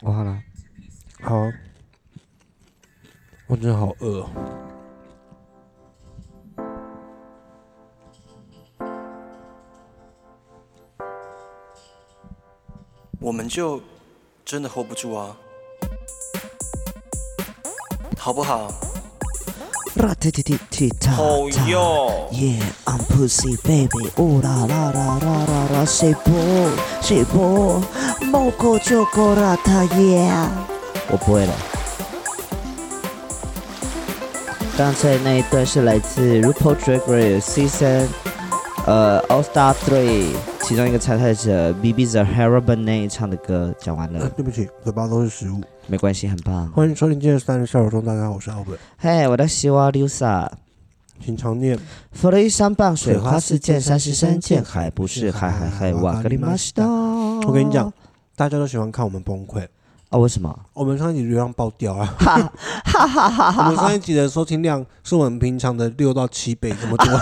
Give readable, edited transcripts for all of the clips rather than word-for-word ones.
我好了。 好，我真的好饿。 我们就真的 hold 不住啊，好不好？ 啦踢踢踢踢踏好踏哟。 Yeah, I'm pussy baby. 呜啦啦啦啦啦啦，谁不某个就够啦他 Yeah。我不会了。刚才那一段是来自 RuPaul Drag Race Season All Star 3其中一个参赛者 BB Zahara Benet 唱的歌，讲完了。 对不起，嘴巴都是食物。 没关系，很棒。 欢迎收听今天的三人笑容中，大家好，我是奥本。 嘿，我的希望 Lusa。 请常念。 佛了一山傍水花似溅，山是山见海不是海，哇格里玛西达。 我跟你讲，大家都喜欢看我们崩溃啊？为什么？ 我们上一集流量爆掉啊！ 哈哈哈哈哈！ 我们上一集的收听量是我们平常的6到7倍这么多。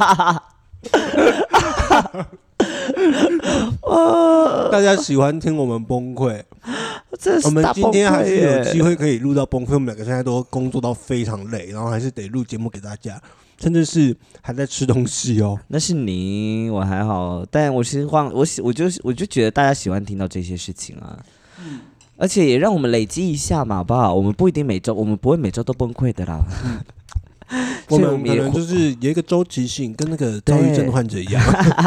大家喜欢听我们崩溃，我们今天还是有机会可以录到崩溃。我们两个现在都工作到非常累，然后还是得录节目给大家，甚至是还在吃东西哦。 那是你，我还好，但我希望我就觉得大家喜欢听到这些事情啊。而且也让我们累积一下嘛，好不好？我们不一定每周，我们不会每周都崩溃的啦。 我们可能就是有一个周期性，跟那个躁郁症患者一样。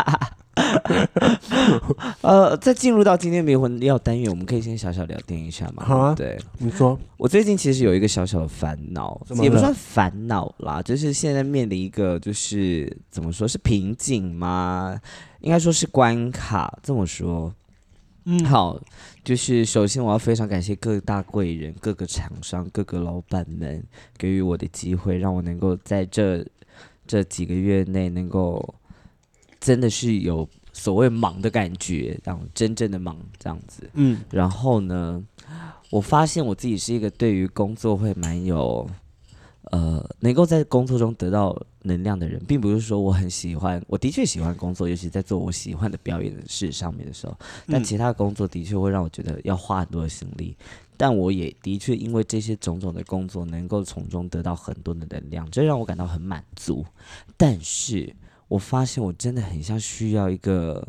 在进入到今天迷魂药单元，我们可以先小小聊天一下嘛。 好啊， 对， 你说。 我最近其实有一个小小的烦恼，也不算烦恼啦，就是现在面临一个就是怎么说是瓶颈吗？应该说是关卡。这么说，好，就是首先我要非常感谢各大贵人、各个厂商、各个老板们给予我的机会，让我能够在这几个月内能够真的是有所谓忙的感觉，这样真正的忙这样子。然后呢，我发现我自己是一个对于工作会蛮有能够在工作中得到能量的人，并不是说我很喜欢，我的确喜欢工作，尤其在做我喜欢的表演的事上面的时候，但其他的工作的确会让我觉得要花很多的心力，但我也的确因为这些种种的工作能够从中得到很多的能量，这让我感到很满足。但是我发现我真的很像需要一个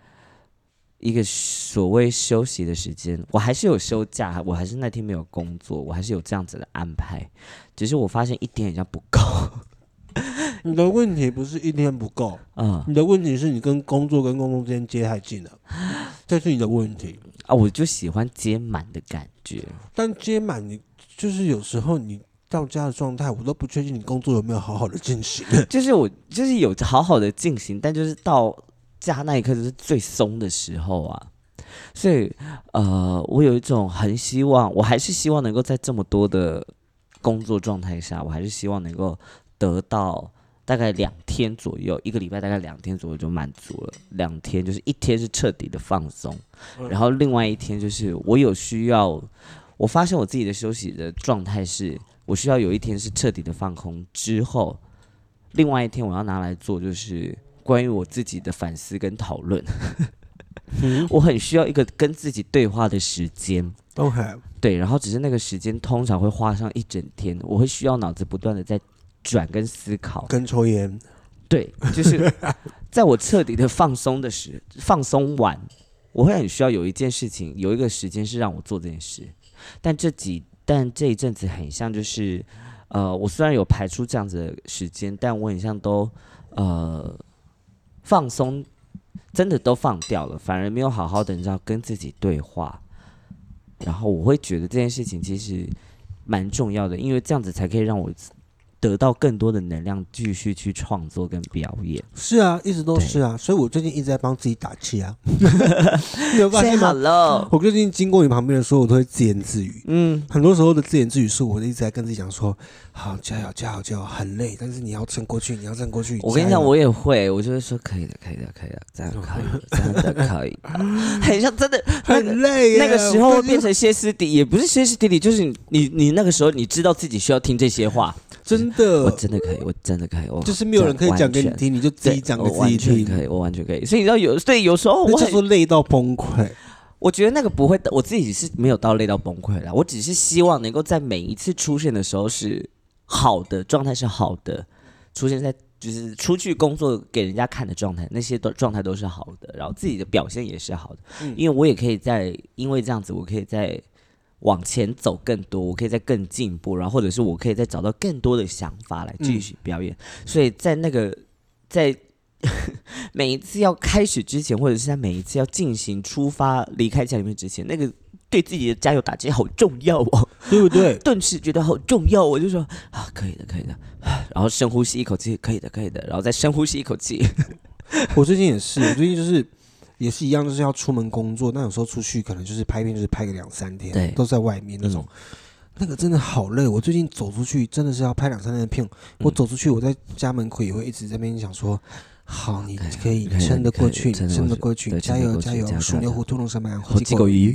所谓休息的时间，我还是有休假，我还是那天没有工作，我还是有这样子的安排，只是我发现一天好像不够。 你的问题不是一天不够，你的问题是你跟工作之间接太近了，这是你的问题啊！我就喜欢接满的感觉， 但接满你就是有时候你到家的状态，我都不确定你工作有没有好好的进行。 就是我就是有好好的进行，但就是到假那一刻就是最松的时候啊，所以我有一种很希望，我还是希望能够在这么多的工作状态下，我还是希望能够得到大概2天左右，一个礼拜大概2天左右就满足了。2天就是1天是彻底的放松，然后另外1天就是我有需要，我发现我自己的休息的状态是，我需要有1天是彻底的放空之后，另外1天我要拿来做就是关于我自己的反思跟讨论。我很需要一个跟自己对话的时间。 OK， 对，然后只是那个时间通常会花上1整天，我会需要脑子不断的在转跟思考， 跟抽烟。 对，就是在我彻底的放松完，我会很需要有一件事情，有一个时间是让我做这件事。但这一阵子很像就是，我虽然有排出这样子的时间，但我很像都放松，真的都放掉了，反而没有好好的你知道跟自己对话。然后我会觉得这件事情其实蛮重要的，因为这样子才可以让我得到更多的能量，继续去创作跟表演。 是啊，一直都是啊，所以我最近一直在帮自己打气啊。你有发现吗？我最近经过你旁边的时候，我都会自言自语。很多时候的自言自语是我一直在跟自己讲说：“好，加油，加油，加油！很累，但是你要撑过去，你要撑过去。” 我跟你讲，我也会，我就会说：“可以的，可以的，可以的，这样可以，真的可以。”很像真的很累。 那个时候变成歇斯底里，也不是歇斯底里，就是你那个时候你知道自己需要听这些话。 真的， 我真的可以，我真的可以，我就是没有人可以讲给你听，你就自己讲给自己听。 我完全可以，所以你知道有时候我那叫做累到崩溃。 我觉得那个不会，我自己是没有到累到崩溃啦，我只是希望能够在每一次出现的时候是好的状态，是好的，出现在就是出去工作给人家看的状态，那些状态都是好的，然后自己的表现也是好的，因为我也可以因为这样子，我可以再往前走更多，我可以再更进步，然后或者是我可以再找到更多的想法来继续表演，所以在每一次要开始之前，或者是在每一次要进行出发离开家里面之前，那个对自己的加油打气好重要哦， 对不对？ 顿时觉得好重要，我就说啊，可以的，可以的，然后深呼吸一口气，可以的，可以的，然后再深呼吸一口气。 我最近也是，我最近就是也是一样，就是要出门工作，那有时候出去可能就是拍片，就是拍个2-3天，对，都在外面那种。那个真的好累，我最近走出去真的是要拍2-3天的片，我走出去，我在家门口也会一直在那边想说。好，你可以撑得过去，你撑得过去，加油加油！属牛虎兔龙蛇马羊猴鸡狗鱼，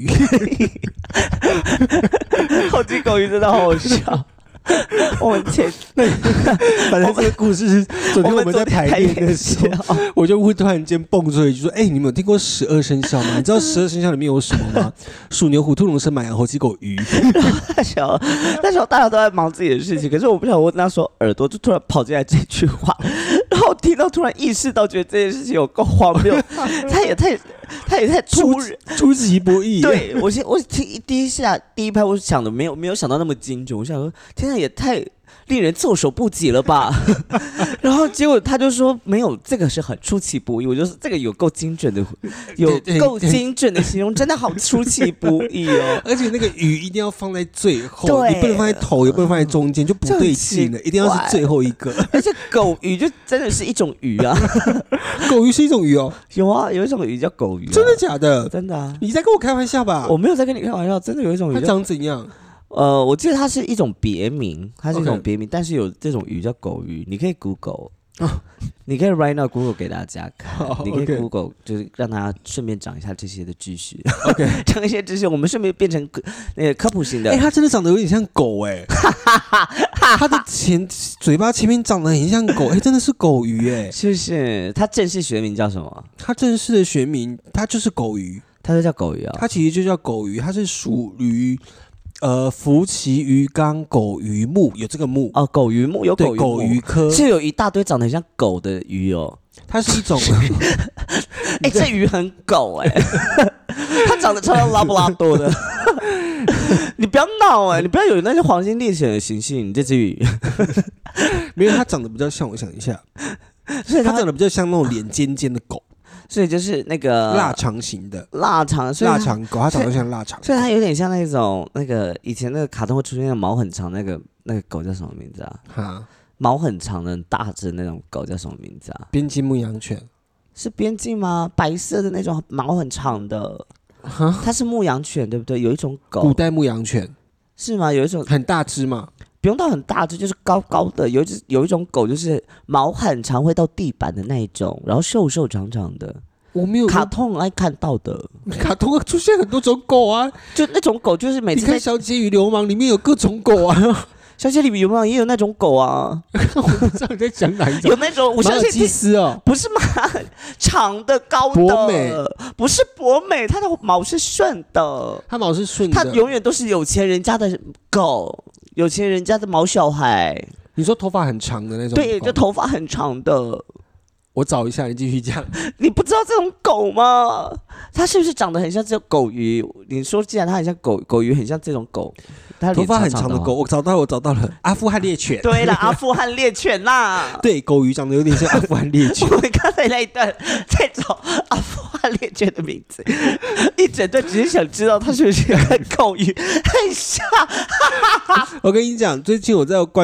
猴鸡狗鱼真的好好笑。我们反正这个故事是昨天我们在排练的时候，我就会突然间蹦出来一句说：“你们有听过12生肖吗？你知道12生肖里面有什么吗？属牛虎兔龙蛇马羊猴鸡狗鱼。” 那时候大家都在忙自己的事情，可是我不晓得我那时候耳朵就突然跑进来这句话，然后听到突然意识到，觉得这件事情有够荒谬，他也太出其不意。 对，我听第一拍，我想的没有想到那么精准，我想说天哪，也太令人措手不及了吧。然后结果他就说没有，这个是很出其不意。我就说这个有够精准的，有够精准的形容，真的好出其不意哦。 而且那个鱼一定要放在最后，你不能放在头，也不能放在中间，就不对劲了，一定要是最后一个。 而且狗鱼就真的是一种鱼啊。 狗鱼是一种鱼哦。 有啊，有一种鱼叫狗鱼。 真的假的？ 真的啊。 你在跟我开玩笑吧？ 我没有在跟你开玩笑，真的有一种鱼。 它长怎样？ 我记得它是一种别名，但是有这种鱼叫狗鱼，你可以 Google，你可以 right now Google 给大家看，你可以 Google 就是让大家顺便长一下这些的知识，OK， 长一些知识，我们顺便变成那个科普型的。 它真的长得有点像狗它的嘴巴前面长得很像狗，真的是狗鱼是不是？它正式学名叫什么？ 它正式的学名它就是狗鱼， 它就叫狗鱼啊， 它其实就叫狗鱼，它是属于。福奇鱼纲狗鱼目有这个目哦，狗鱼目有狗鱼科， 是有一大堆长得很像狗的鱼哦。 它是一种， 这鱼很狗它长得超像拉布拉多的。你不要闹你不要有那些黄金猎犬的形象，你这只鱼。 没有，它长得比较像，我想一下，所以它长得比较像那种脸尖尖的狗。 所以就是那个腊肠型的腊肠狗，它长得像腊肠， 所以它有点像那种以前那个卡通会出现的毛很长那个狗叫什么名字啊？毛很长的大只那种狗叫什么名字啊？ 边境牧羊犬是边境吗？白色的那种毛很长的，它是牧羊犬对不对？有一种狗， 古代牧羊犬是吗？有一种很大只吗？ 不用到很大只，就是高高的。有一种狗，就是毛很长，会到地板的那一种，然后瘦瘦长长的。 我没有卡通很爱看到的， 卡通出现很多种狗啊， 就那种狗，就是每次你看《小姐与流氓》里面有各种狗啊。 小姐里面有没有也有那种狗啊？ 我不知道你在讲哪一种。 有那种，我相信基斯哦， 不是马，长的高的， 博美不是博美，它的毛是顺的， 它毛是顺的， 它永远都是有钱人家的狗，有钱人家的毛小孩。 你说头发很长的那种？ 对，就头发很长的。 我找一下，你继续讲。 你不知道这种狗吗？它是不是长得很像这种狗鱼？你说既然它很像狗鱼，很像这种狗，它头发很长的狗，我找到了，阿富汗猎犬。 对了，阿富汗猎犬啦。 对，狗鱼长得有点像阿富汗猎犬。 我们刚才那一段在找阿富汗猎犬的名字，一整段只是想知道它是不是跟狗鱼很像。 我跟你讲，最近我在关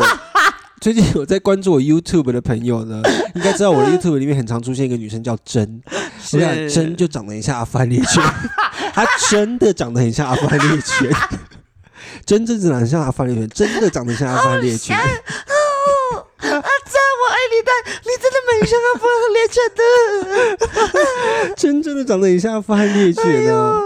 注我 YouTube 的朋友呢，应该知道我的 YouTube 里面很常出现一个女生叫珍，我想珍就长得很像阿富汗猎犬，她真的长得很像阿富汗猎犬，真正长得很像阿富汗猎犬，真的长得像阿富汗猎犬。 我爱你，但你真的蛮像阿富汗猎犬的， 真的长得很像阿富汗猎犬啊，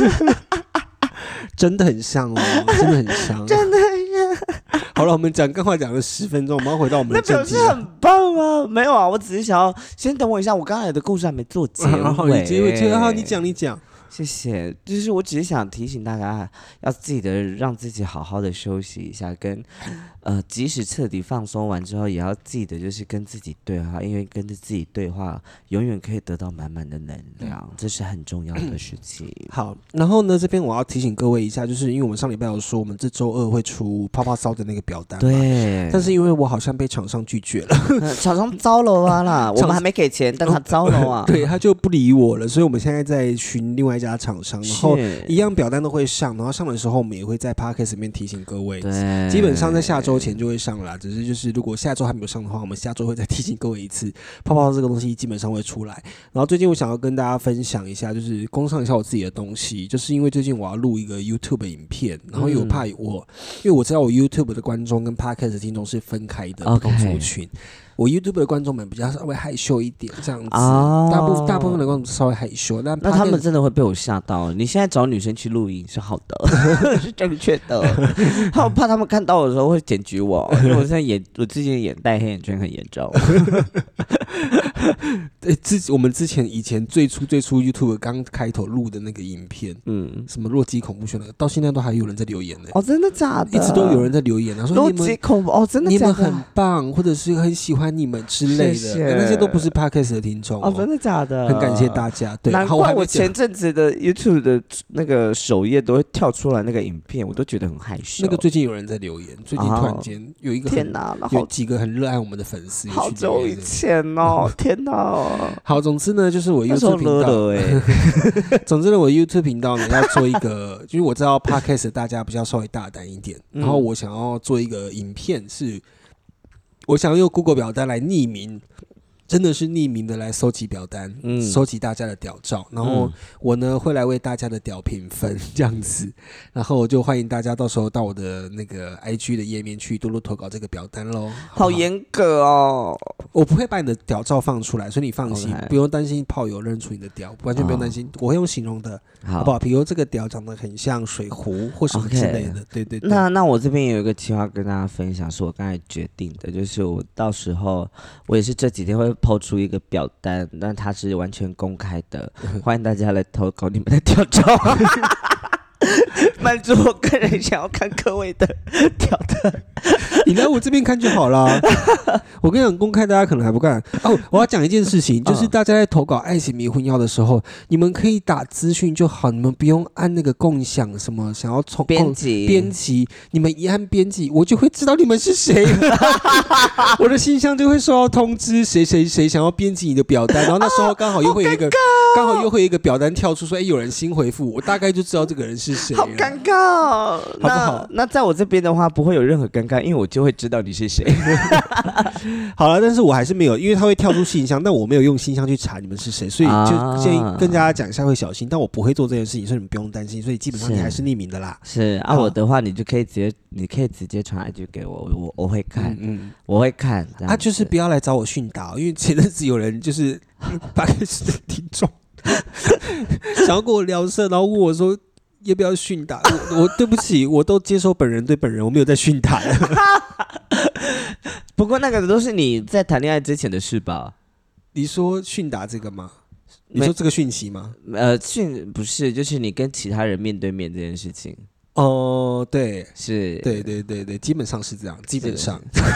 真的很像哦，真的很像， 真的很像。 好了，我们讲干话讲了10分钟，我们要回到我们的正题。 那表示很棒啊！没有啊，我只是想要先等我一下，我刚才的故事还没做结尾。 好，你结尾，好，你讲。 谢谢。就是我只是想提醒大家，要自己的让自己好好的休息一下，跟即使彻底放松完之后，也要记得就是跟自己对话，因为跟着自己对话，永远可以得到满满的能量，这是很重要的事情。 好，然后呢，这边我要提醒各位一下，就是因为我们上礼拜有说，我们这周二会出泡泡骚的那个表单嘛， 对。 但是因为我好像被厂商拒绝了， 厂商糟了啊啦，我们还没给钱，但他糟了啊， 对，他就不理我了，所以我们现在在寻另外一家厂商，然后一样表单都会上，然后上的时候我们也会在 Podcast 里面提醒各位， 对， 基本上在下周前就会上了啦，只是就是如果下周还没有上的话，我们下周会再提醒各位一次，泡泡这个东西基本上会出来。然后最近我想要跟大家分享一下，就是工商一下我自己的东西，就是因为最近我要录一个 YouTube 的影片，然后因为我怕因为我知道我 YouTube 的观众跟 Podcast 的听众是分开的不同族群。我 YouTube 的观众们比较稍微害羞一点，这样子，大部分的观众稍微害羞，那他们真的会被我吓到。你现在找女生去录音是好的，是正确的。我怕他们看到我的时候会检举我，因为我最近眼袋黑眼圈很严重。 我们以前最初 YouTube 刚开头录的那个影片，什么洛基恐怖圈那个，到现在都还有人在留言呢。 哦，真的假的？ 一直都有人在留言，说洛基恐怖真的假的？ 你们很棒，或者是很喜欢你们之类的， 谢谢那些都不是 Podcast 的听众真的假的？ 很感谢大家。对， 难怪我前阵子的 YouTube 的那个首页都会跳出来那个影片，我都觉得很害羞。 那个最近有人在留言，最近突然间有一个天哪， 有几个很热爱我们的粉丝， 好久以前哦，天哪！ 好，总之呢，就是我 YouTube 频道，总之呢，我 YouTube 频道呢要做一个，就是我知道 Podcast 大家比较稍微大胆一点，然后我想要做一个影片是。我想要用 Google 表单来匿名，真的是匿名的来收集表单，收集大家的屌照，然后我呢会来为大家的屌评分这样子，然后我就欢迎大家到时候到我的那个 IG 的页面去多多投稿这个表单咯。 好严格哦， 我不会把你的屌照放出来，所以你放心，不用担心炮友认出你的屌，完全不用担心，我会用形容的，好不好？比如这个屌长得很像水壶或什么之类的，对对对。 那我这边有一个计划跟大家分享，是我刚才决定的，就是我到时候我也是这几天会抛出一个表单，但它是完全公开的，欢迎大家来投稿你们的屌照，满足我个人想要看各位的屌的。 你来我这边看就好啦。我跟你讲，公开大家可能还不干哦。我要讲一件事情，就是大家在投稿爱情迷魂药的时候，你们可以打资讯就好，你们不用按那个共享什么想要从编辑，你们一按编辑，我就会知道你们是谁。我的信箱就会收到通知，谁想要编辑你的表单，然后那时候刚好又会有一个表单跳出说，有人新回复，我大概就知道这个人是谁。 好尴尬哦， 好不好？ 那在我这边的话，不会有任何尴尬，因为我就会知道你是谁。 好了，但是我还是没有，因为他会跳出信箱，但我没有用信箱去查你们是谁，所以就建议跟大家讲一下会小心。但我不会做这件事情，所以你们不用担心。所以基本上你还是匿名的啦。 是啊，我的话你可以直接传 IG 给我，我会看，我会看。 就是不要来找我训导，因为前阵子有人就是把的听众想要跟我聊色，然后问我说。要不要训打？我对不起，我都接受本人对本人，我没有在训打。 不过那个都是你在谈恋爱之前的事吧？ 你说训打这个吗？你说这个讯息吗？ 不是，就是你跟其他人面对面这件事情。 哦，对， 是， 对，基本上是这样，基本上。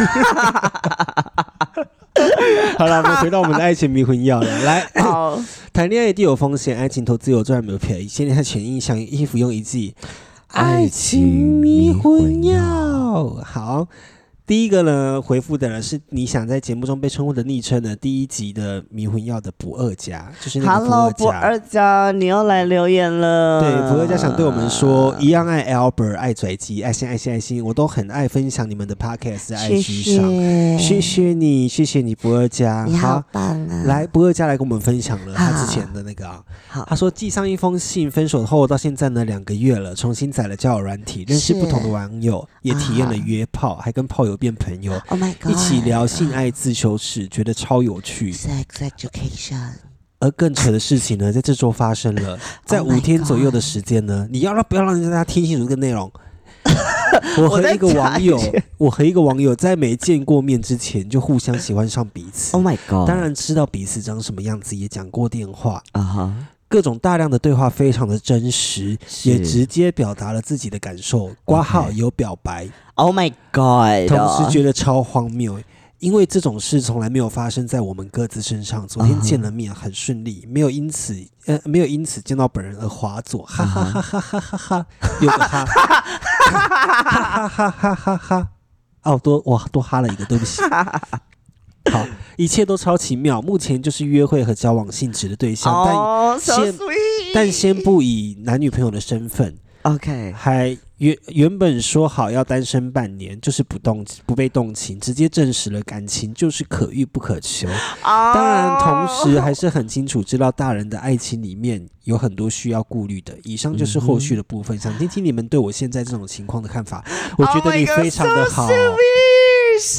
好了，我们回到我们的爱情迷魂药了。来，谈恋爱一定有风险，爱情投资有赚没赔。现在潜印象衣服用一季爱情迷魂药。好。第一个呢，回复的是你想在节目中被称呼的昵称的第一集的迷魂药的不二家，就是那个不二家。 不二家，你又来留言了。 对，不二家想对我们说，一样爱 Albert， 爱拽鸡，爱心，我都很爱分享你们的 podcast 在 IG 上。谢谢你，不二家， 你好棒啊！ 来，不二家来跟我们分享了他之前的那个他说寄上一封信，分手后到现在呢2个月了，重新载了交友软体，认识不同的网友，也体验了约炮，还跟炮友变朋友， Oh my God， 一起聊性爱自修室，觉得超有趣。 Sex education。 而更扯的事情呢，在这周发生了，在5天左右的时间呢，你不要让大家听清楚这个内容。我和一个网友在没见过面之前就互相喜欢上彼此。 Oh my God！ 当然知道彼此长什么样子，也讲过电话各种大量的对话非常的真实，也直接表达了自己的感受，括号有表白。 Oh my god！ 同时觉得超荒谬，因为这种事从来没有发生在我们各自身上。昨天见了面很顺利，没有因此见到本人而滑左，哈哈哈哈哈哈哈，有个哈，哈哈哈哈哈哈。哦，多哈了一个，对不起。好，一切都超奇妙。目前就是约会和交往性质的对象，但先不以男女朋友的身份。 OK， 还原本说好要单身半年，就是不被动情，直接证实了感情就是可遇不可求。当然，同时还是很清楚知道大人的爱情里面有很多需要顾虑的。以上就是后续的部分，想听听你们对我现在这种情况的看法。我觉得你非常的好。 So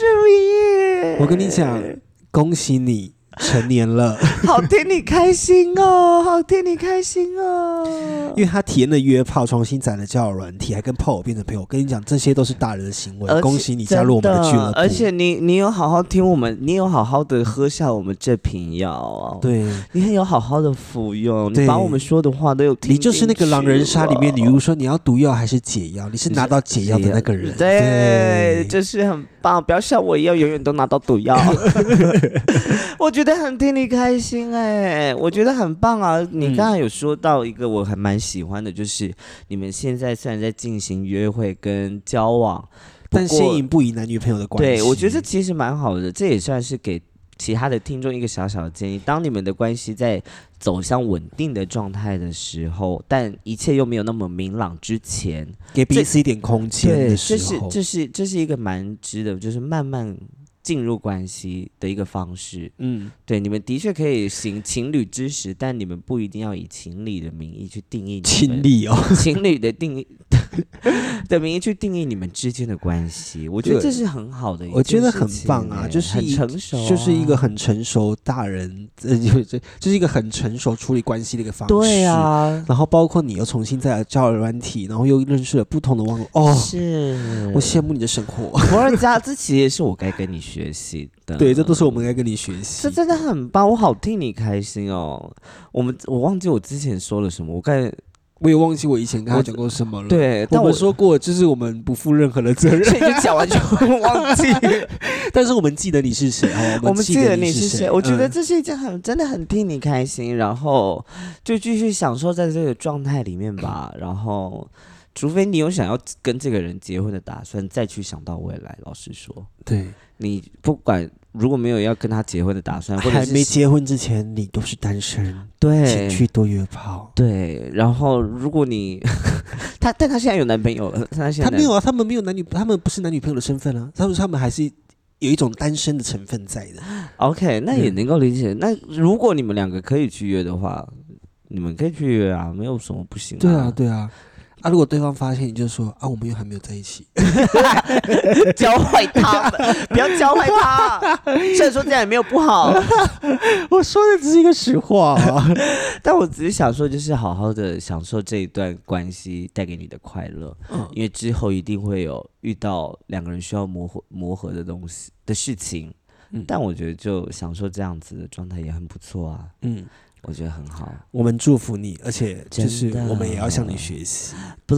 sweet！ 我跟你讲，恭喜你成年了， 好替你开心哦，好替你开心哦。 因为他体验了约炮，重新载了交友软体，还跟炮友变成朋友。我跟你讲，这些都是大人的行为。恭喜你加入我们的俱乐部。 而且你有好好听我们，你有好好的喝下我们这瓶药。 对， 你很有好好的服用，你把我们说的话都有听进去。 你就是那个狼人杀里面，比如说你要毒药还是解药，你是拿到解药的那个人。 对，就是很棒。不要像我一样，永远都拿到毒药。我觉得很替你开心我觉得很棒啊！你刚才有说到一个我还蛮喜欢的，就是你们现在虽然在进行约会跟交往， 但先赢不赢男女朋友的关系。 对，我觉得这其实蛮好的，这也算是给其他的听众一个小小的建议。当你们的关系在走向稳定的状态的时候，但一切又没有那么明朗之前， 给彼此一点空间的时候， 这是一个蛮值得，就是慢慢进入关系的一个方式。对，你们的确可以行情侣之实，但你们不一定要以情侣的名义去定义情侣情侣的定义的名义去定义你们之间的关系。我觉得这是很好的一件事情， 我觉得很棒啊，就是很成熟就是一个很成熟大人，就是一个很成熟处理关系的一个方式。 对啊， 然后包括你又重新在交友软体，然后又认识了不同的网络。 是我羡慕你的生活。 普洱家这其实是我该跟你学习的。 对，这都是我们该跟你学习。 这真的很棒，我好替你开心哦。我忘记我之前说了什么， 我也忘记我以前跟他讲过什么了。 对， 但我说过，就是我们不负任何的责任。 所以就讲完就忘记。 但是我们记得你是谁， 我们记得你是谁。我觉得这是一件真的很替你开心，然后就继续享受在这个状态里面吧。然后，除非你有想要跟这个人结婚的打算，再去想到未来。老实说， 对你不管。如果没有要跟他结婚的打算，或者还没结婚之前，你都是单身， 对， 请去多约炮。 对，然后如果你但他现在有男朋友了，他没有啊，他们没有他们不是男女朋友的身份啊，他们还是有一种单身的成分在的。 OK， 那也能够理解。那如果你们两个可以去约的话，你们可以去约啊，没有什么不行。 对啊，对啊。如果对方发现，你就说我们又还没有在一起， 教坏他们，不要教坏他。虽然说这样也没有不好， 我说的只是一个实话但我只是想说，就是好好的享受这一段关系带给你的快乐，因为之后一定会有遇到两个人需要磨合的东西的事情，但我觉得就享受这样子的状态也很不错啊。我觉得很好， 我们祝福你，而且就是我们也要向你学习。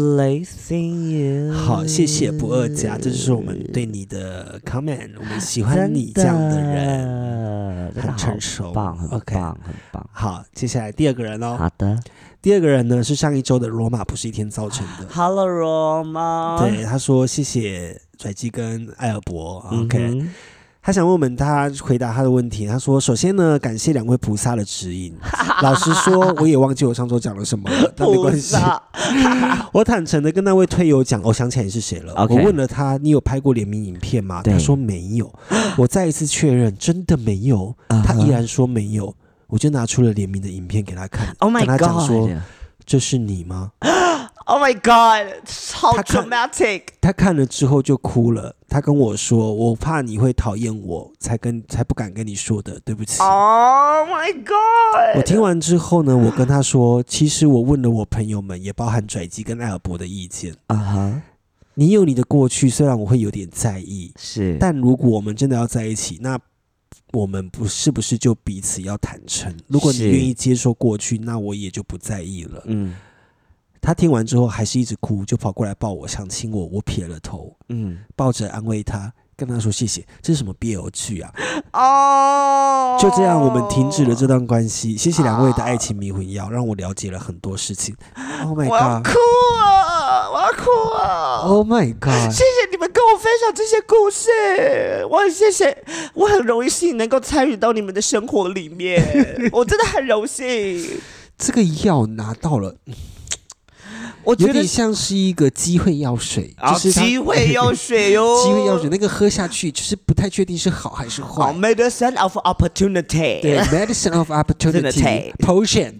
Blessing you， 好，谢谢不二家，这就是我们对你的 comment。我们喜欢你这样的人，很成熟， 很棒，很棒，很棒。 好，接下来第二个人哦。 好的， 第二个人呢是上一周的罗马不是一天造成的。 Hello， 罗马。 对，他说谢谢拽鸡跟艾尔伯。OK。他想问我们，他回答他的问题。他说：“首先呢，感谢两位菩萨的指引。老实说，我也忘记我上周讲了什么了，但没关系。我坦诚的跟那位推友讲，我想起来你是谁了。我问了他，你有拍过联名影片吗？他说没有。我再一次确认，真的没有。他依然说没有。我就拿出了联名的影片给他看，跟他讲说：这是你吗 ？Oh my god， 好 dramatic！ 他看了之后就哭了。他跟我说：“我怕你会讨厌我，才不敢跟你说的，对不起。” Oh my god！ 我听完之后呢，我跟他说：“其实我问了我朋友们，也包含拽鸡跟艾尔伯的意见。你有你的过去，虽然我会有点在意， 是， 但如果我们真的要在一起，那我们是不是就彼此要坦诚？如果你愿意接受过去，那我也就不在意了。他听完之后还是一直哭，就跑过来抱我，想亲我，我撇了头，抱着安慰他，跟他说谢谢。这是什么 BL 剧啊？就这样，我们停止了这段关系。谢谢两位的爱情迷魂药，让我了解了很多事情。Oh my god！ 我要哭啊！我要哭啊 ！Oh my god！ 谢谢你们跟我分享这些故事，我很谢谢，我很荣幸能够参与到你们的生活里面，我真的很荣幸。 这个药拿到了。 我觉得有点像是一个机会药水，就是机会药水哟， 机会药水那个喝下去就是不太确定是好还是坏。 Medicine of opportunity， 对 ，medicine of opportunity，potion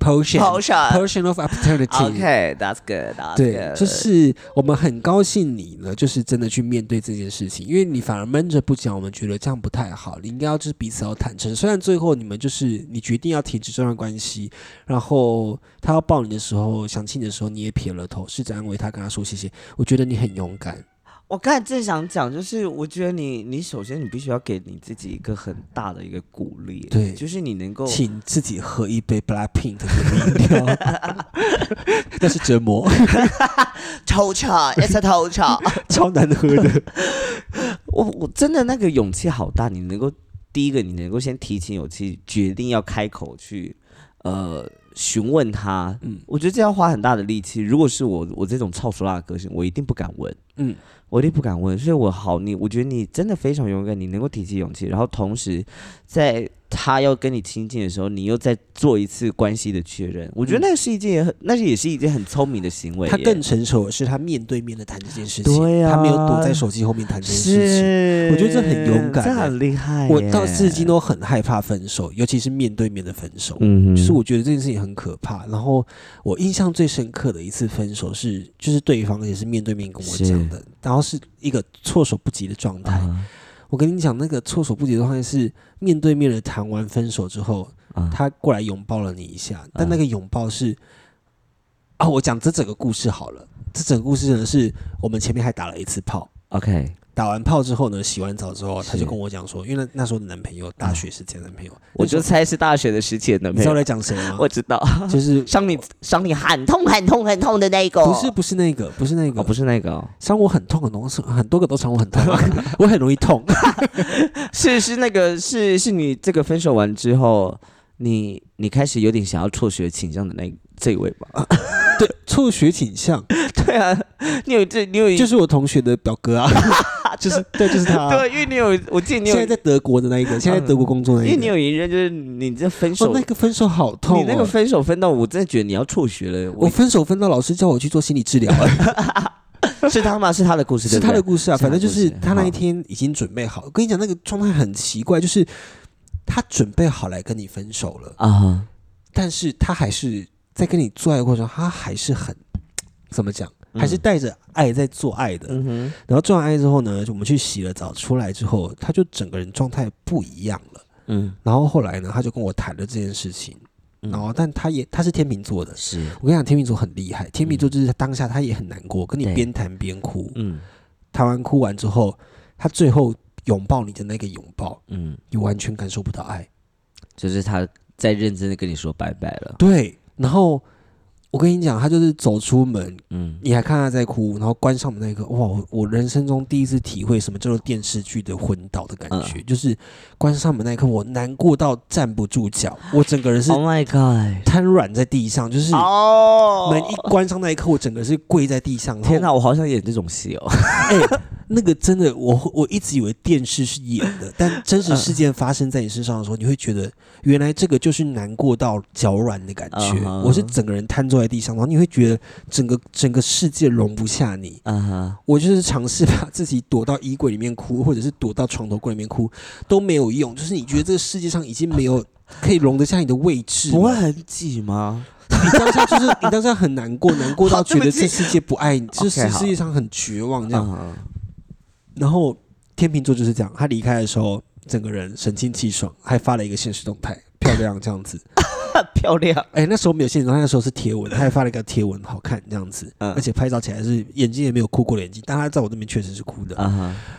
of opportunity。OK，that's good。 对，就是我们很高兴你呢，就是真的去面对这件事情，因为你反而闷着不讲，我们觉得这样不太好。你应该要就是彼此要坦诚，虽然最后你们就是你决定要停止这段关系，然后他要抱你的时候，想亲你的时候，你也撇了。试着安慰他，跟他说谢谢。我觉得你很勇敢。 我刚才正想讲，就是我觉得你首先你必须要给你自己一个很大的一个鼓励， 对， 就是你能够请自己喝一杯 Blackpink 的饮料，那是折磨。 偷茶 ，it's a 偷茶， 超难喝的。 我真的那个勇气好大，你能够第一个你能够先提起勇气，决定要开口去询问他，我觉得这要花很大的力气。如果是我这种臭俗辣的个性，我一定不敢问，我一定不敢问。所以我觉得你真的非常勇敢，你能够提起勇气，然后同时在他要跟你亲近的时候，你又再做一次关系的确认。我觉得那也是一件很聪明的行为。 他更成熟的是他面对面的谈这件事情， 对啊， 他没有躲在手机后面谈这件事情。我觉得这很勇敢， 这很厉害。 我到至今都很害怕分手，尤其是面对面的分手。就是我觉得这件事情很可怕。然后我印象最深刻的一次分手是，就是对方也是面对面跟我讲的，然后是一个措手不及的状态。我跟你讲，那个措手不及的状态是面对面的谈完分手之后，他过来拥抱了你一下，但那个拥抱是我讲这整个故事好了，这整个故事真的是我们前面还打了一次炮 ，OK。 打完炮之后呢，洗完澡之后，他就跟我讲说，因为那时候的男朋友，大学时期的男朋友， 我就猜是大学的时期的男朋友。 你知道我在讲谁吗？ 我知道， 就是伤你很痛的那个。 不是那个，不是那个， 不是那个， 伤我很痛很多个都伤我很痛，我很容易痛。 是那个是你这个分手完之后，你开始有点想要辍学倾向的这一位吧？ 对，辍学倾向。 对啊，你有就是我同学的表哥啊。就是他。 对，因为我记得你有现在在德国的那一个，现在在德国工作的那一个。 因为你有一任就是你这分手， 那个分手好痛， 你那个分手分到我真的觉得你要辍学了。 我分手分到老师叫我去做心理治疗了。 是他吗？是他的故事， 是他的故事啊。反正就是他那一天已经准备好。我跟你讲，那个状态很奇怪，就是他准备好来跟你分手了啊，但是他还是在跟你做爱的过程中，他还是很怎么讲？还是带着爱在做爱的，然后做完爱之后呢，我们去洗了澡，出来之后，他就整个人状态不一样了，然后后来呢，他就跟我谈了这件事情，然后但他是天秤座的， 是我跟你讲，天秤座很厉害，天秤座就是当下他也很难过，跟你边谈边哭，谈完哭完之后，他最后拥抱你的那个拥抱，你完全感受不到爱， 就是他在认真的跟你说拜拜了， 对，然后。我跟你讲，他就是走出门，你还看他在哭，然后关上门那一刻，哇！我人生中第一次体会什么叫做电视剧的昏倒的感觉，就是关上门那一刻，我难过到站不住脚，我整个人是 ，Oh my God， 瘫软在地上，就是门一关上那一刻，我整个是跪在地上。 天哪，我好想演这种戏哦！ 那个真的，我一直以为电视是演的，但真实事件发生在你身上的时候，你会觉得原来这个就是难过到脚软的感觉。我是整个人瘫坐在地上，然后你会觉得整个世界容不下你。我就是尝试把自己躲到衣柜里面哭，或者是躲到床头柜里面哭，都没有用。就是你觉得这个世界上已经没有可以容得下你的位置， 不会很挤吗？ 你当下很难过，难过到觉得这世界不爱你，这世界上很绝望这样。然后天秤座就是这样，他离开的时候，整个人神清气爽，还发了一个限时动态，漂亮这样子。 漂亮。 那时候没有限时动态，那时候是贴文，他还发了一个贴文，好看这样子，而且拍照起来是眼睛也没有哭过的眼睛，但他在我这边确实是哭的。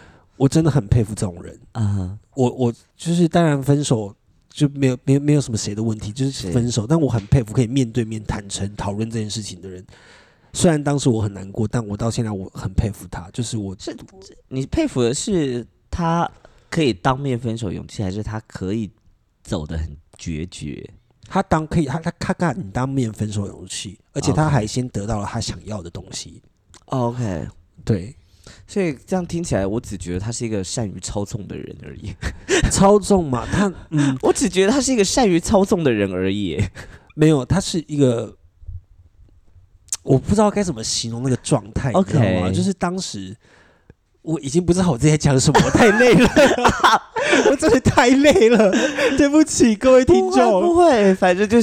我真的很佩服这种人啊！我就是当然分手就没有什么谁的问题，就是分手，但我很佩服可以面对面坦诚讨论这件事情的人。虽然当时我很难过，但我到现在我很佩服他。就是你佩服的是他可以当面分手勇气，还是他可以走得很决绝？ 他敢当面分手勇气，而且他还先得到了他想要的东西。 OK， 对， 所以这样听起来，我只觉得他是一个善于操纵的人而已。 操纵嘛， 我只觉得他是一个善于操纵的人而已。 没有，他是一个。我不知道该怎么形容那个状态，你知道吗？就是当时我已经不知道我自己在讲什么，我太累了，我真的太累了，对不起各位听众。 不会，反正就是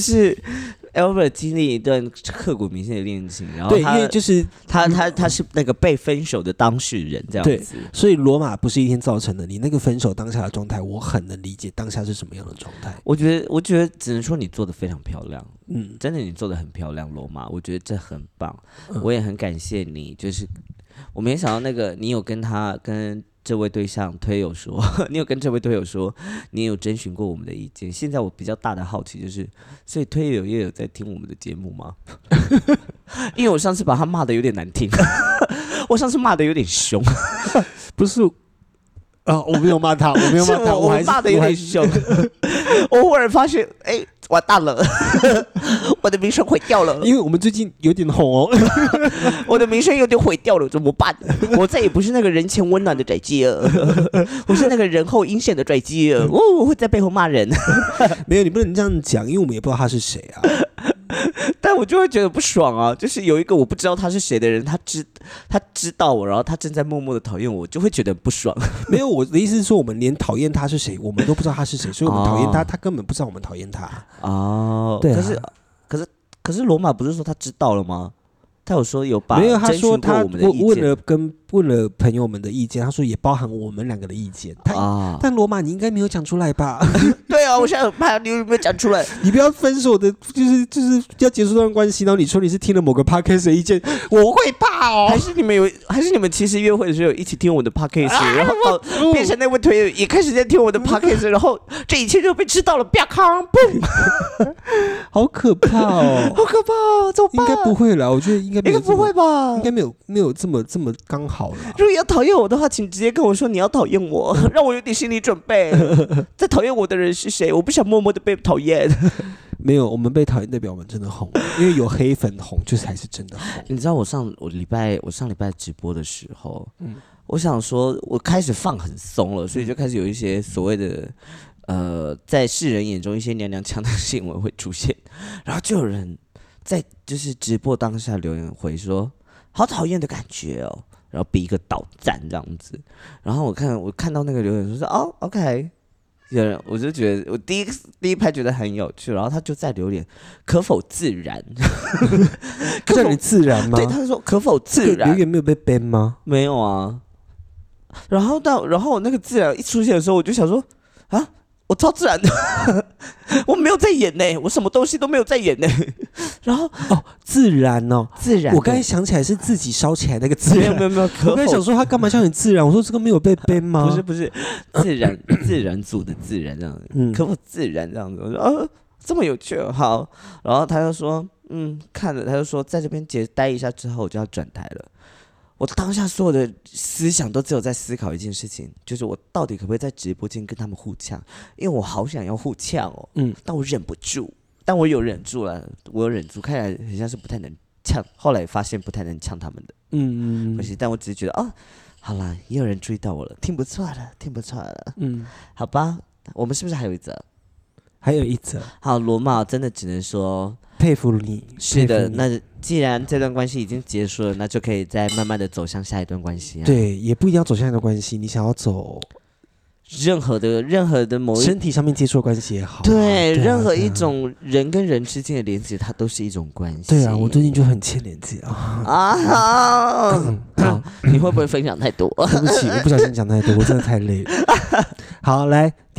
Albert 经历一段刻骨铭心的恋情，然后对，因为就是他是那个被分手的当事人，这样子。 所以罗马不是一天造成的，你那个分手当下的状态，我很能理解当下是什么样的状态。 我觉得只能说你做得非常漂亮。真的你做得很漂亮，罗马，我觉得这很棒，我也很感谢你。就是我没想到那个你有跟这位对象推友说，你有跟这位推友说，你也有征询过我们的意见。现在我比较大的好奇就是，所以推友也有在听我们的节目吗？因为我上次把他骂得有点难听，我上次骂得有点凶， 不是。我没有骂他，我没有骂他， 我骂得有点凶。我忽然发现，完蛋了，我的名声毁掉了。 因为我们最近有点红哦， 我的名声有点毁掉了，怎么办？我再也不是那个人前温暖的拽鸡了，我是那个人后阴险的拽鸡了。我会在背后骂人。 没有，你不能这样讲，因为我们也不知道他是谁啊。 但我就会觉得不爽啊！就是有一个我不知道他是谁的人，他知道我，然后他正在默默的讨厌我，就会觉得不爽。 没有，我的意思是说，我们连讨厌他是谁，我们都不知道他是谁，所以我们讨厌他，他根本不知道我们讨厌他。 对啊。可是罗马不是说他知道了吗？他有说有把没有，他说他问了朋友们的意见，他说也包含我们两个的意见。但罗马你应该没有讲出来吧？ 对啊，我现在很怕你有没有讲出来。 你不要分手的，就是要结束这段关系，然后你说你是听了某个 podcast 的意见，我会怕哦。 还是你们其实约会的时候有一起听我的 podcast，然后变成那位推友也开始在听我的 podcast，然后这一切就被知道了，啪康嘣， 好可怕哦， 好可怕哦，怎么办？ 应该不会啦，我觉得应该不会吧？ 应该没有这么刚好啦。 如果要讨厌我的话，请直接跟我说你要讨厌我，让我有点心理准备。在讨厌我的人是谁？我不想默默的被讨厌。 没有，我们被讨厌代表我们真的红，因为有黑粉红，就是才是真的红。 你知道我上礼拜直播的时候，我想说，我开始放很松了，所以就开始有一些所谓的在世人眼中一些娘娘腔的新闻会出现，然后就有人在就是直播当下留言回说，好讨厌的感觉哦。然后比一个倒赞这样子，然后我看到那个留言说哦 OK， 有人我就觉得我第一排觉得很有趣，然后他就在留言可否自然， 叫你自然吗？ 对，他说可否自然， 留言没有被 ban 吗？ 没有啊，然后那个自然一出现的时候，我就想说啊。我超自然的，我没有在演呢，我什么东西都没有在演呢。然后自然哦， 自然。 我刚才想起来是自己烧起来那个自然， 没有。 我刚才想说他干嘛叫你自然？我说这个没有被 ban 吗？ 不是，自然组的自然这样子，可否自然这样子？我说这么有趣好，然后他就说看了，他就说在这边待一下之后我就要转台了。我当下所有的思想都只有在思考一件事情，就是我到底可不可以在直播间跟他们互呛？因为我好想要互呛哦，但我忍不住，但我有忍住了，看起来很像是不太能呛，后来发现不太能呛他们的，可惜，但我只是觉得好啦，也有人注意到我了，挺不错了，好吧，我们是不是还有一则？ 还有一则， 好，罗马真的只能说佩服你。 是的，那既然这段关系已经结束了，那就可以再慢慢的走向下一段关系啊。 对，也不一定要走向一段关系，你想要走任何的某一身体上面接触的关系也好， 对，任何一种人跟人之间的连接，它都是一种关系。 对啊，我最近就很欠连接好，你会不会分享太多？ 对不起，我不小心讲太多，我真的太累了。好，来第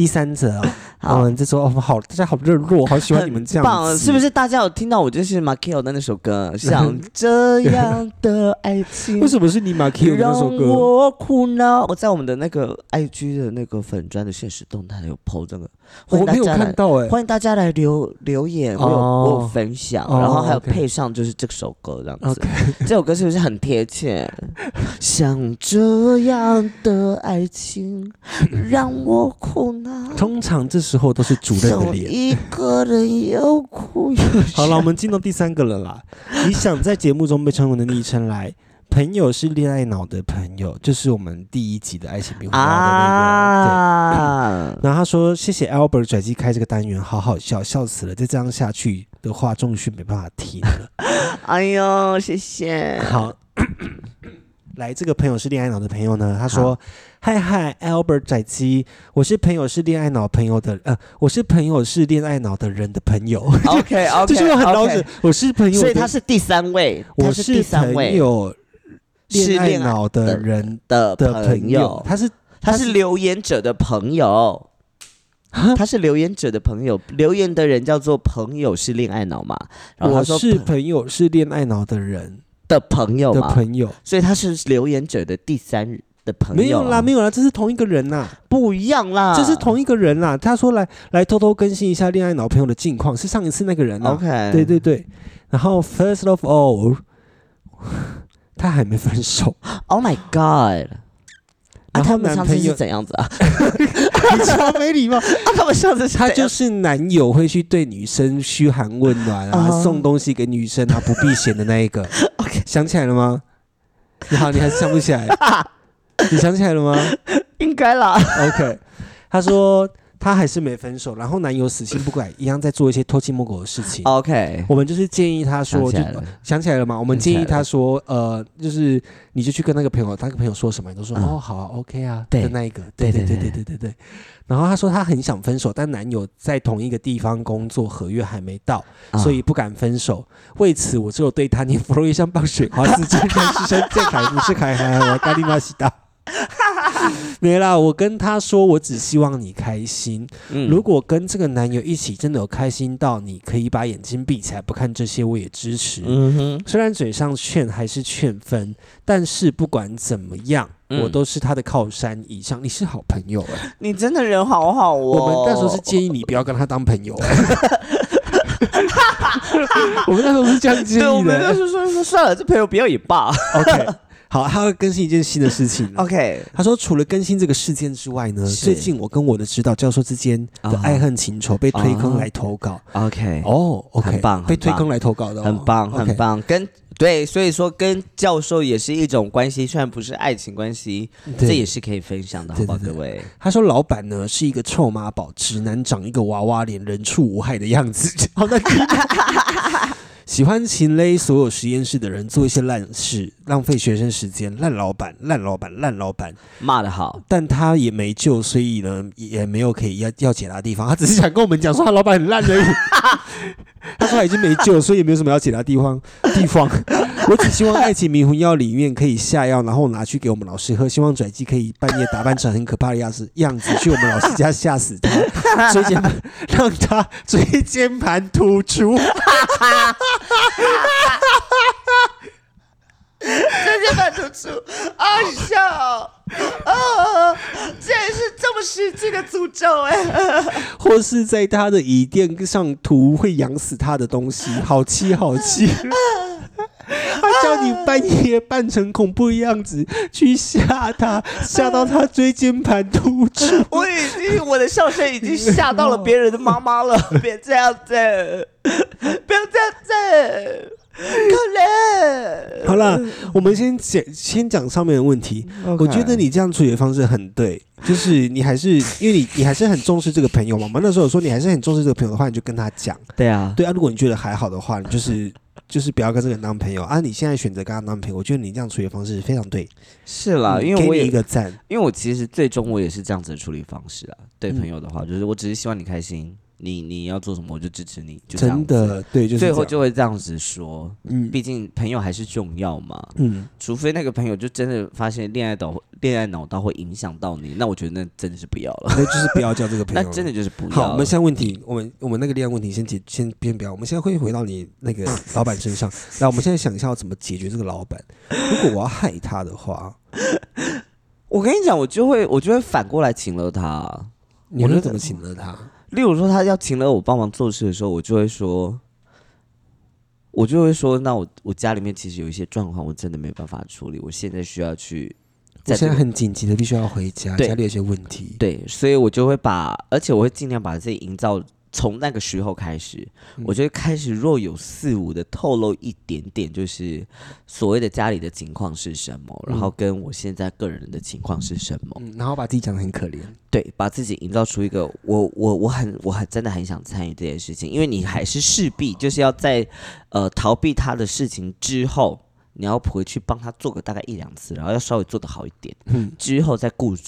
第3则这时候好，大家好热络，好喜欢你们这样子， 棒，是不是？大家有听到我就是 Makio 的那首歌，像这样的爱情， 为什么是你 Makio 的那首歌？ 让我苦恼。我在我们的那个 IG 的那个粉专的现实动态有 po 这个， 我没有看到欢迎大家来留言，我有分享，然后还有配上就是这首歌这样子。这首歌是不是很贴切？像这样的爱情，让我苦恼。 通常这时候都是主任的脸， 一个人又哭又笑。 好了，我们进到第3个了啦。你想在节目中被称为的昵称来，朋友是恋爱脑的朋友，就是我们第1集的爱情迷糊的那个。对。然后他说：“谢谢 Albert 拽鸡开这个单元，好好笑，笑死了。再这样下去的话，重训没办法听了。” 哎呦，谢谢。 好。来，这个朋友是恋爱脑的朋友呢，他说：“嗨 ，Albert 拽鸡，我是朋友是恋爱脑朋友的，我是朋友是恋爱脑的人的朋友。 OK， 这句话很老实。我是朋友， 所以他是第3位， 我是朋友恋爱脑的人的朋友，他是留言者的朋友。”他是留言者的朋友，留言的人叫做朋友是恋爱脑嘛？然后他说我是朋友是恋爱脑的人的朋友嘛，所以他是留言者的第3的朋友。 没有啦，这是同一个人啦， 不一样啦， 这是同一个人啦。他说来偷偷更新一下恋爱脑朋友的近况，是上一次那个人啦。 OK， 对。然后 First of all， 他还没分手。 Oh my god！ 然后男朋友是怎样子啊？ 你超没礼貌他们上次他就是男友会去对女生嘘寒问暖啊，送东西给女生啊，不避嫌的那一个。 Okay. 想起来了吗？你好，你还是想不起来？你想起来了吗？ 应该啦。 OK， 他说他还是没分手，然后男友死性不改，一样在做一些偷鸡摸狗的事情。 OK， 我们就是建议他说，想起来了吗？我们建议他说，就是你就去跟那个朋友，那个朋友说什么，你都说哦好啊 ，OK 啊，的那一个，对。然后他说他很想分手，但男友在同一个地方工作，合约还没到，所以不敢分手。为此，我只有对他念佛罗伊香棒水花自荐人是生健凯不是凯海我咖喱玛西达。没啦，我跟他说，我只希望你开心。如果跟这个男友一起真的有开心到你可以把眼睛闭起来不看这些，我也支持。虽然嘴上劝还是劝分，但是不管怎么样，我都是他的靠山以上。你是好朋友你真的人好好哦。 我们那时候是建议你不要跟他当朋友我们那时候是这样建议的。 对，我们那时候说算了，这朋友不要也罢。 OK。好，他会更新一件新的事情。 OK， 他说除了更新这个事件之外呢，最近我跟我的指导教授之间的爱恨情仇被推坑来投稿。 OK， OK， 很棒， 被推坑来投稿的， 很棒，很棒。对，所以说跟教授也是一种关系，虽然不是爱情关系，这也是可以分享的，好不好，各位？ 他说老板呢是一个臭妈宝，直男长一个娃娃脸，人畜无害的样子，好难听。喜欢勤勒所有实验室的人，做一些烂事，浪费学生时间，烂老板， 骂得好， 但他也没救，所以呢也没有可以要解答的地方，他只是想跟我们讲说他老板很烂而已。他说他已经没救，所以也没有什么要解答的地方。我只希望爱情迷魂药里面可以下药，然后拿去给我们老师喝。希望拽鸡可以半夜打扮成很可怕的样子，去我们老师家吓死他，让他椎间盘突出。 椎间盘突出，好笑竟然是这么实际的诅咒或是在他的椅垫上涂会痒死他的东西，好气。他叫你半夜扮成恐怖的样子去吓他，吓到他椎间盘突出。 我的笑声已经吓到了别人的妈妈了，别这样子，不要这样子。可怜。 好了，我们先讲上面的问题。我觉得你这样处理的方式很对，就是你还是因为你还是很重视这个朋友嘛。我们那时候有说你还是很重视这个朋友的话，你就跟他讲。 对啊， 如果你觉得还好的话，你就是不要跟这个人当朋友啊。你现在选择跟他当朋友，我觉得你这样处理的方式非常对。 是啦，因为我也给你一个赞， 因为我其实最终我也是这样子的处理方式啊。对朋友的话，就是我只是希望你开心。 你要做什么我就支持你，就这样子真的对，就是最后就会这样子说。毕竟朋友还是重要嘛。除非那个朋友就真的发现恋爱脑到会影响到你，那我觉得那真的是不要了。 那就是不要交这个朋友了。 那真的就是不要了。 好，我们现在问题，我们那个恋爱问题先不要。我们现在会回到你那个老板身上。那我们现在想一下要怎么解决这个老板。如果我要害他的话， 我跟你讲，我就会反过来请了他。 你会怎么请了他？ 例如说，他要请了我帮忙做事的时候，我就会说，那我家里面其实有一些状况，我真的没办法处理，我现在需要去。 我现在很紧急的，必须要回家，家里有些问题。 对，所以我就会而且我会尽量把自己营造。从那个时候开始，我就会开始若有似无的透露一点点，就是所谓的家里的情况是什么，然后跟我现在个人的情况是什么， 然后把自己讲得很可怜， 对，把自己营造出一个我很真的很想参与这件事情，因为你还是势必就是要在逃避他的事情之后，你要回去帮他做个大概1-2次，然后要稍微做得好一点，之后再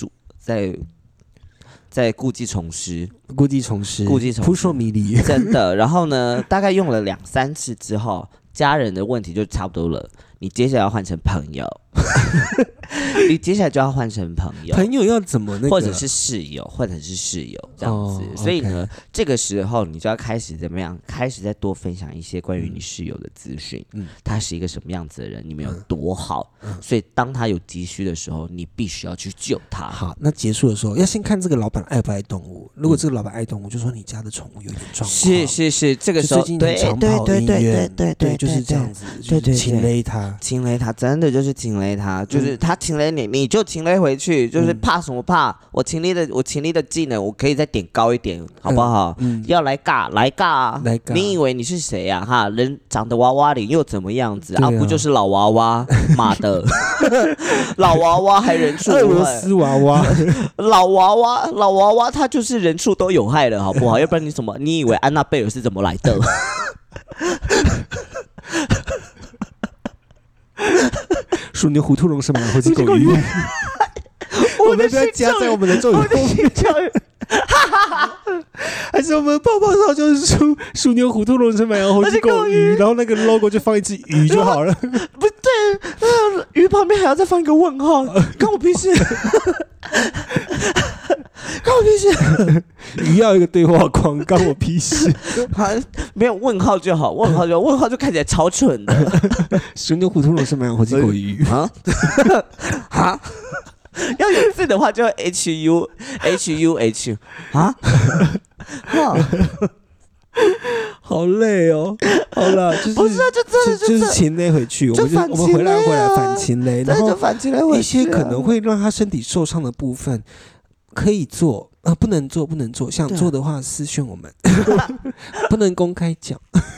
再故技重施，扑朔迷离， 真的。然后呢，大概用了2-3次之后，家人的问题就差不多了。你接下来要换成朋友，你接下来就要换成朋友。 朋友要怎么或者是室友这样子。所以呢，这个时候你就要开始怎么样？开始再多分享一些关于你室友的资讯。他是一个什么样子的人？你们有多好？所以当他有急需的时候，你必须要去救他。 好，那结束的时候要先看这个老板爱不爱动物。如果这个老板爱动物，就说你家的宠物有点状况。 是，这个时候最近很常跑医院，对，就是这样子，就是情勒他。 情勒他真的就是情勒他，就是他情勒你，你就情勒回去，就是怕什么怕？我情勒的技能，我可以再点高一点，好不好？要来尬啊！你以为你是谁啊？哈，人长得娃娃脸又怎么样子啊？不就是老娃娃？妈的，老娃娃还人畜无害， 俄罗斯娃娃， 老娃娃，他就是人畜都有害了，好不好？要不然你以为安娜贝尔是怎么来的？ 鼠牛虎兔龙蛇马羊猴鸡狗鱼，我们不要加在我们的咒语后面，还是我们泡泡sau就是鼠牛虎兔龙蛇马羊猴鸡狗鱼，然后那个 logo 就放一只鱼就好了。 不对，鱼旁边还要再放一个问号，关我屁事。关我屁事！ 鱼要一个对话框，关我屁事！ 没有问号就好，问号就看起来超蠢的。 鼠牛虎兔龙蛇马羊猴鸡狗鱼啊！ 要有字的话就 HUH 啊！ 好累哦。好了，就是不是就是情勒回去，我们回来反情勒，然后一些可能会让他身体受伤的部分可以做不能做，想做的话私讯我们，不能公开讲，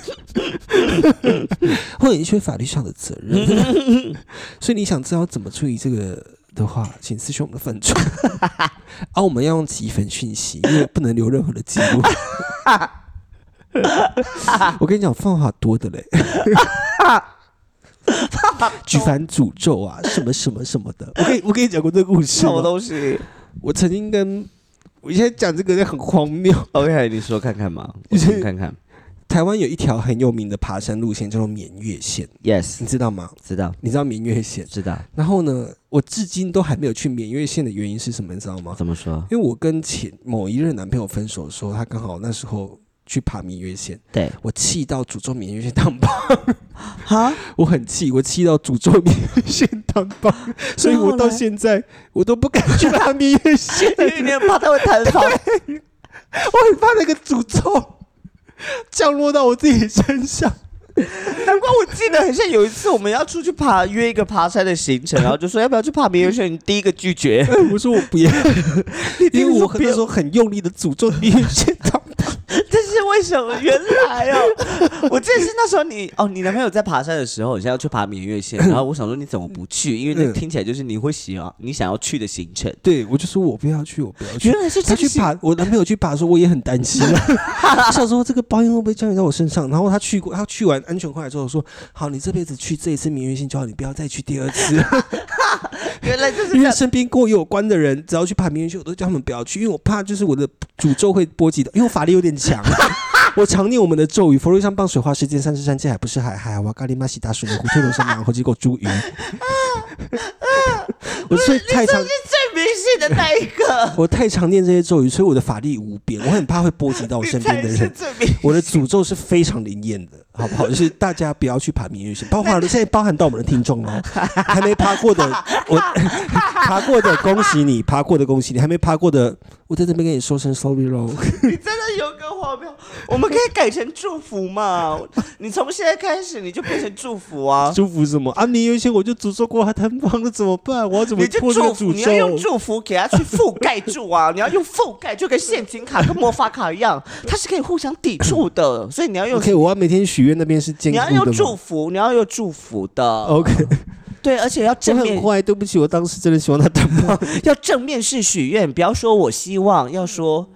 会有一些法律上的责任。所以你想知道怎么处理这个的话，请私讯我们的粉专。我们要用即粉讯息，因为不能留任何的记录。我跟你讲，方法多的嘞。举凡诅咒啊，什么的。我跟你讲过这个故事。 什么东西？ 我曾经我现在讲这个很荒谬。 OK， 你说看看嘛，我听看看。 台湾有一条很有名的爬山路线，叫做绵月线。 Yes， 你知道吗？ 知道。 你知道绵月线？ 知道。 然后呢，我至今都还没有去绵月线的原因是什么？你知道吗？ 怎么说？ 因为我跟某一任男朋友分手的时候，他刚好那时候去爬绵月线， 对， 我气到诅咒绵月线当棒。 哈， 我很气，我气到诅咒绵月线当棒，所以我到现在我都不敢去爬绵月线， 因为你很怕他会弹fall。 我很怕那个诅咒降落到我自己身上。 难怪我记得很像有一次我们要出去约一个爬山的行程，然后就说要不要去爬绵月线，你第一个拒绝。 我说我不要，因为我那时候很用力的诅咒绵月线当棒。 这是为什么？原来我记得是那时候你男朋友在爬山的时候，你想要去爬绵月线，然后我想说你怎么不去？因为那听起来就是你想要去的行程。 对，我就说我不要去。 原来是他去爬，我男朋友去爬的时候，我也很担心。我想说这个报应会不会降临到我身上？然后他去完安全回来之后说：“好，你这辈子去这一次绵月线就好，你不要再去第二次。” 原来就是因为身边跟我有关的人，只要去爬名媛秀，我都叫他们不要去，因为我怕就是我的诅咒会波及到，因为我法力有点强。我常念我们的咒语：佛罗上棒水花世间，三世三界海不是海，海瓦咖喱玛西达水虎退龙山马猴鸡狗猪鱼。我是太常， 你是最迷信的那一个。 我太常念这些咒语，所以我的法力无边，我很怕会波及到我身边的人。我的诅咒是非常灵验的，好不好？就是大家不要去爬名媛秀，现在包含到我们的听众哦，还没爬过的，我爬过的恭喜你，爬过的恭喜你，还没爬过的，我在这边跟你说声 sorry 咯。 你真的有个荒谬，我们可以改成祝福嘛？你从现在开始你就变成祝福啊！ 祝福什么啊？你有一些我就诅咒过他摊方了，怎么办？我要怎么破这个诅咒？ 你要用祝福给他去覆盖住啊！你要用覆盖，就跟陷阱卡跟魔法卡一样，它是可以互相抵触的，所以你要用。 OK， 我要每天许愿那边是坚固的吗？ 你要用祝福，你要用祝福的。 OK。 对，而且要正面。 我很坏，对不起，我当时真的希望他摊方。 要正面式许愿，不要说我希望，要说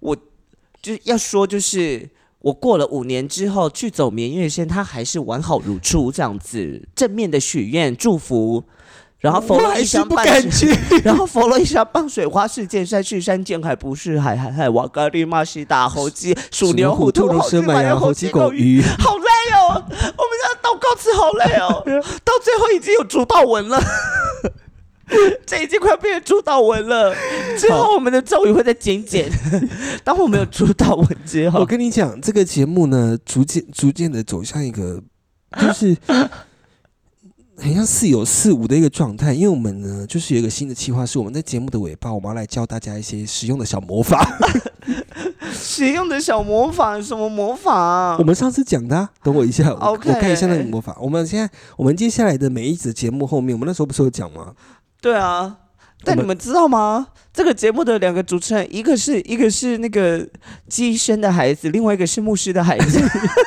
就是我过了5年之后去走绵月线，它还是完好如初这样子，正面的许愿祝福。然后佛罗一箱半水，然后佛罗一箱半水花世界山是山见海不是海，海海瓦咖喱玛西打猴鸡属牛虎兔猴鸡马羊猴鸡狗鱼，好累哦！我们这样祷告词好累哦，到最后已经有主导文了。这已经快变成主导文了，之后我们的咒语会再减。当我们有主导文之后， 我跟你讲，这个节目呢，逐渐的走向一个就是很像似有似无的一个状态。因为我们呢，就是有一个新的计划，是我们在节目的尾巴，我们要来教大家一些实用的小魔法。 实用的小魔法？什么魔法啊？ 我们上次讲的啊，等我一下， okay， 我看一下那个魔法。我们接下来的每一集节目后面，我们那时候不是有讲吗？ 对啊，但你们知道吗？这个节目的2个主持人，一个是那个鸡生的孩子，另外一个是牧师的孩子。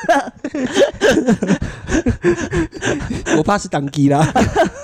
我怕是当鸡啦。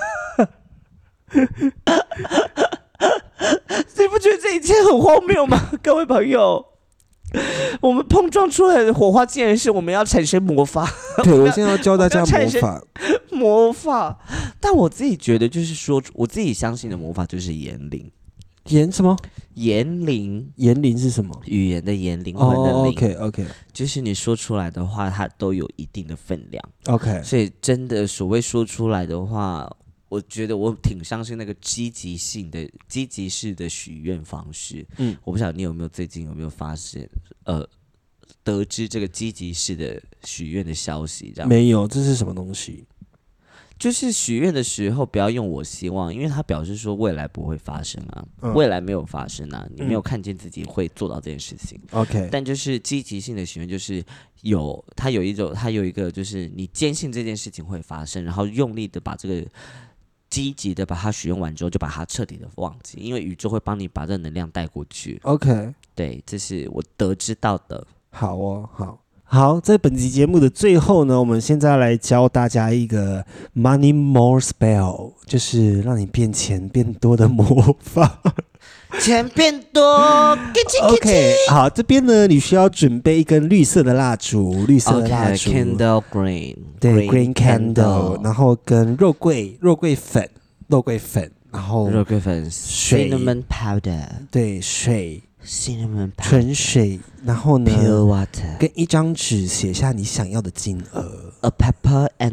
你不觉得这一切很荒谬吗？各位朋友，我们碰撞出来的火花竟然是我们要产生魔法。 对，我现在要教大家魔法。但我自己觉得，就是说，我自己相信的魔法就是言灵。 言什么？ 言灵。 言灵是什么？ 语言的言，灵魂的灵。 OK， 就是你说出来的话，它都有一定的分量。 OK， 所以真的所谓说出来的话，我觉得我挺相信那个积极式的许愿方式。我不晓得你最近有没有发现，得知这个积极式的许愿的消息？这样没有，这是什么东西？ 就是许愿的时候不要用我希望，因为它表示说未来不会发生啊，未来没有发生啊，你没有看见自己会做到这件事情。 OK， 但就是积极性的许愿，就是它有一个就是你坚信这件事情会发生，然后用力的把这个积极的把它许愿完之后，就把它彻底的忘记，因为宇宙会帮你把这个能量带过去。 OK， 对，这是我得知到的。 好哦，好，在本集节目的最后呢，我们现在来教大家一个 Money More Spell， 就是让你变钱变多的魔法。 钱变多 ，OK， 好，这边呢，你需要准备一根绿色的蜡烛 ，Candle Green， 对 ，Green Candle， 然后跟肉桂粉，然后肉桂粉 ，Cinnamon Powder， 对，水。 Cinnamon powder， 纯水，然后呢 ，Pure water， 跟一张纸写下你想要的金额。 A pepper and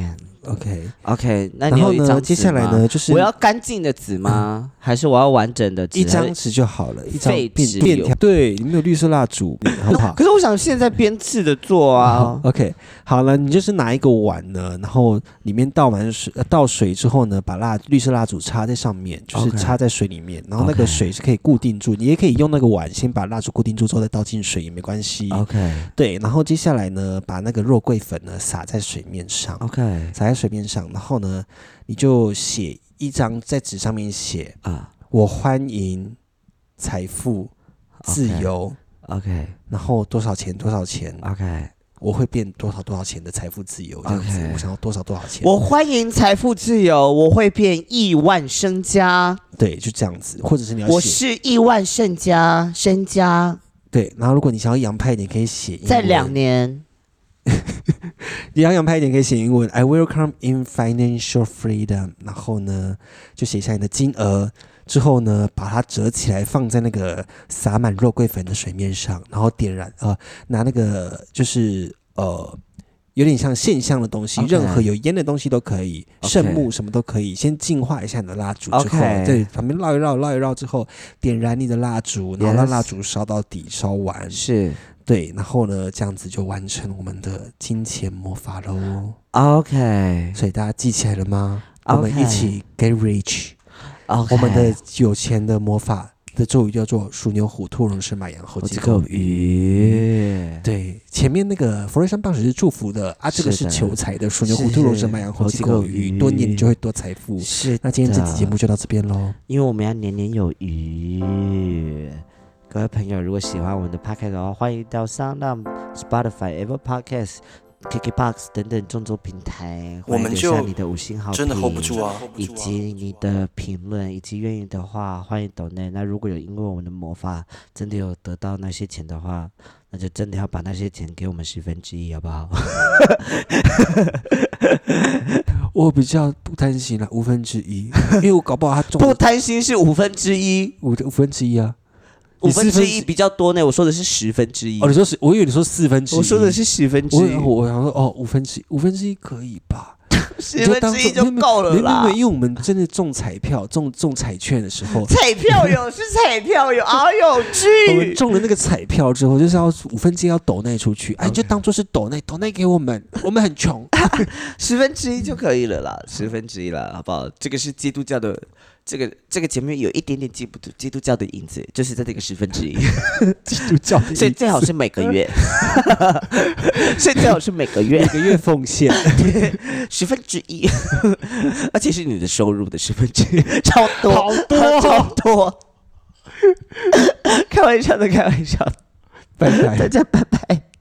pen。OK， 那你有一张纸吗？ 然后呢，接下来呢，就是我要干净的纸吗？还是我要完整的纸？ 一张纸就好了，一张便条。 对，里面有绿色蜡烛，好不好？ 可是我想现在边刺的做啊。 OK， 好了，你就是拿一个碗呢，然后里面倒水之后呢，把绿色蜡烛插在上面，就是插在水里面，然后那个水是可以固定住，你也可以用那个碗先把蜡烛固定住之后再倒进水也没关系。 OK， 对，然后接下来呢，把那个肉桂粉呢撒在水面上。 OK， 撒在水面上，然后呢，你就写一张在纸上面写我欢迎财富自由 OK， 然后多少钱 OK， 我会变多少钱的财富自由这样子， okay， 我想要多少钱， 我欢迎财富自由，我会变亿万身家， 对，就这样子，或者是你要写我是亿万身家， 对，然后如果你想要洋派一点，可以写在2年你要洋派一点可以写英文 I welcome in financial freedom， 然后呢就写下你的金额，之后呢把它折起来放在那个撒满肉桂粉的水面上，然后点燃拿那个就是有点像线香的东西， okay. 任何有烟的东西都可以，圣木什么都可以，先净化一下你的蜡烛之后， okay. 对，旁边绕一绕之后，点燃你的蜡烛，然后让蜡烛烧到底，烧完， 是， 对，然后呢，这样子就完成我们的金钱魔法喽。 OK， 所以大家记起来了吗？ Okay. 我们一起 get rich。Okay. 我们的有钱的魔法的咒语叫做鼠牛虎兔龙蛇马羊猴鸡狗鱼。对，前面那个佛瑞山棒水是祝福的啊，这个是求财的，鼠牛虎兔龙蛇马羊猴鸡狗鱼，多年你就会多财富。 是， 那今天这期节目就到这边咯， 因为我们要年年有余。各位朋友，如果喜欢我们的 podcast 的话，欢迎到 SoundOn、Spotify、Apple Podcasts、KKBOX 等等众多平台， 我们就你的5星好评， 真的 hold 不住啊！ 以及你的评论，以及愿意的话，欢迎抖内。那如果有因为我们的魔法真的有得到那些钱的话，那就真的要把那些钱给我们1/10，好不好？ 我比较不担心啦，1/5，因为我搞不好他中不担心是1/5， 五分之一啊。 1/5比较多呢，我说的是1/10。 哦，你说是，我以为你说1/4， 我说的是1/10。 我想说1/5可以吧 ？1/10就够了啦。 因为我们真的中彩票、中彩券的时候， 彩票有是彩票有，好有趣。 我们中了那个彩票之后，就是要1/5要抖内出去，哎，就当做是抖内给我们，我们很穷 ，1/10就可以了啦，1/10了，好不好？这个是基督教的。这个节目有一点点基督教的影子，就是在这个1/10， 基督教的影子， 所以最好是每个月，每个月奉献 1/10，而且是你的收入的1/10，超多， 好多， 超多，开玩笑的， 拜拜， 大家拜拜。